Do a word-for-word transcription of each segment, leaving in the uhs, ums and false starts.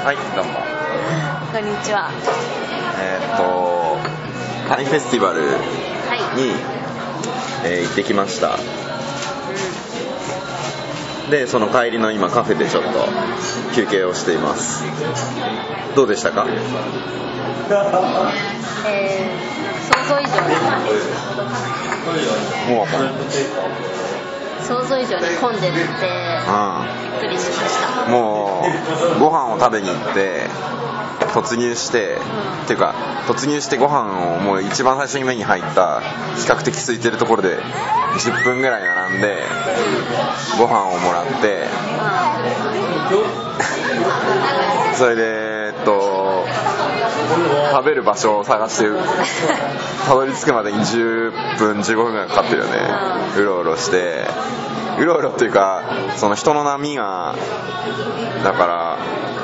はい、どうも。 こんにちは。 えーっとタイフェスティバルに、 はいえー行ってきました。で、その帰りの今カフェでちょっと休憩をしています。どうでしたか？ えー、想像以上にもう想像以上に混んでるってびっくりしました。 もうご飯を食べに行って突入して、うん、っていうか突入してご飯をもう一番最初に目に入った比較的空いてるところでじゅっぷんぐらい並んでご飯をもらって、うん、それでえっと食べる場所を探してたどり着くまでにじゅっぷんじゅうごふんぐらいかかってるよね。うろうろしてうろうろっていうかその人の波がだから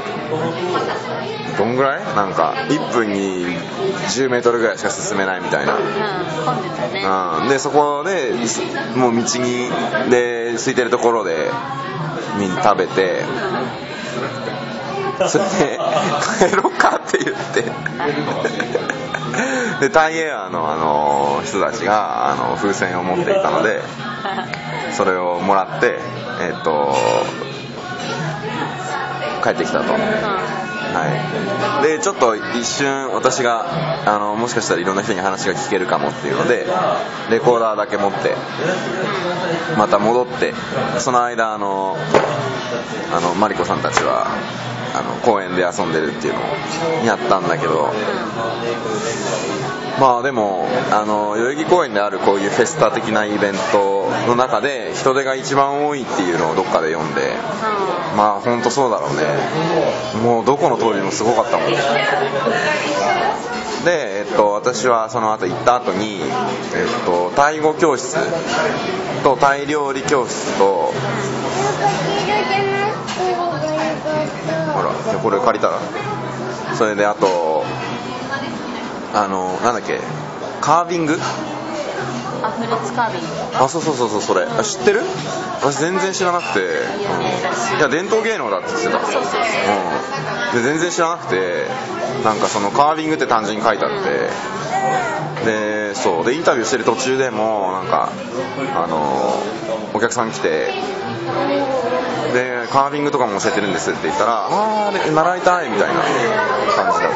どんぐらいなんかいっぷんにじゅうメートルぐらいしか進めないみたいな、うん、 混んでたね、 うん、でそこでもう道にで空いてるところでみんな食べてそれで帰ろうかって言ってでタイエアの、あの人たちがあの風船を持っていたのでそれをもらってえっと帰ってきたと、うんはい、でちょっと一瞬私があのもしかしたらいろんな人に話が聞けるかもっていうのでレコーダーだけ持ってまた戻ってその間あのあのマリコさんたちはあの公園で遊んでるっていうのをやったんだけど、まあでもあの代々木公園であるこういうフェスタ的なイベントの中で人手が一番多いっていうのをどっかで読んで、まあ本当そうだろうね。もうどこの通りもすごかったもん。で、えっと、私はその後行った後に、えっと、タイ語教室とタイ料理教室とほらこれ借りたらそれであとあのなんだっけカービングあフルーツカービングあそうそうそうそうそれ、うん、知ってる？私全然知らなくて、うん、いや伝統芸能だって言ってた、 そうそうそう、うん、 で全然知らなくてなんかそのカービングって単純に書いてあって、うん、でそうでインタビューしてる途中でもなんかあのお客さん来てでカービングとかも教えてるんですって言ったらああ習いたいみたいな感じだった。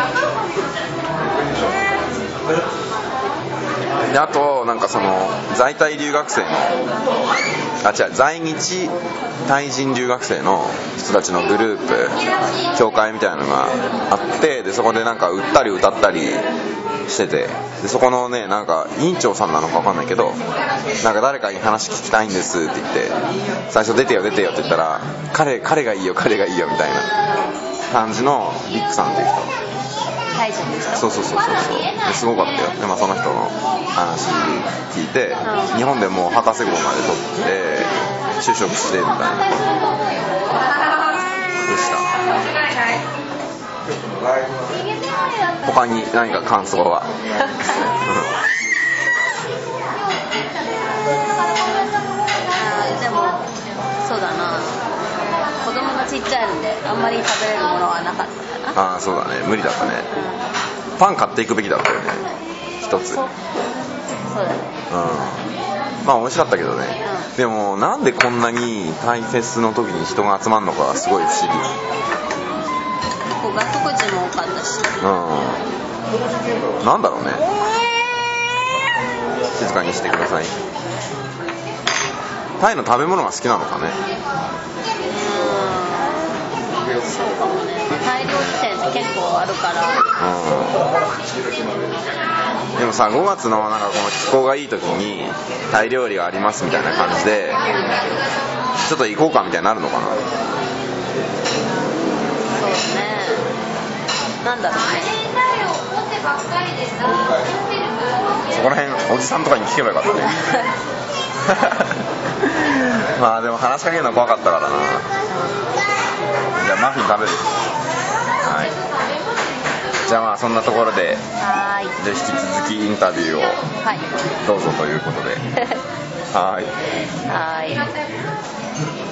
であとなんかその在タ留学生のあ違う在日タイ人留学生の人たちのグループ教会みたいなのがあってでそこでなんか売ったり歌ったりしててでそこのねなんか委員長さんなのか分かんないけどなんか誰かに話聞きたいんですって言って最初出てよ出てよって言ったら彼彼がいいよ彼がいいよみたいな感じのビックさんっていう人タイ人でした。 そうそうそうそうですごかったよ。で、まあ、その人の話聞いて、うん、日本でもう博士号まで取って就職してみたいなでした他に何か感想はでもそうだな子供がちっちゃいのであんまり食べれるものはなかったかな。 ああそうだね無理だったね、うん、パン買っていくべきだったよね一つ。そうそうだね、 うん、まあ美味しかったけどね、うん、でもなんでこんなにタイフェスの時に人が集まるのかすごい不思議。 外国人も多かったし、 うん、なんだろうね。静かにしてください。タイの食べ物が好きなのかね。 そうかもね。タイ料理店って結構あるから、 うん、でもさごがつのなんかこの気候がいい時にタイ料理がありますみたいな感じでちょっと行こうかみたいになるのかな。そうね。なんだろうね。 そこら辺おじさんとかに聞けばよかったねまあでも話しかけるの怖かったからな。じゃあマフィン食べる。はい。じゃあまあそんなところで、 はい。 で引き続きインタビューをどうぞということで。はい。 はい。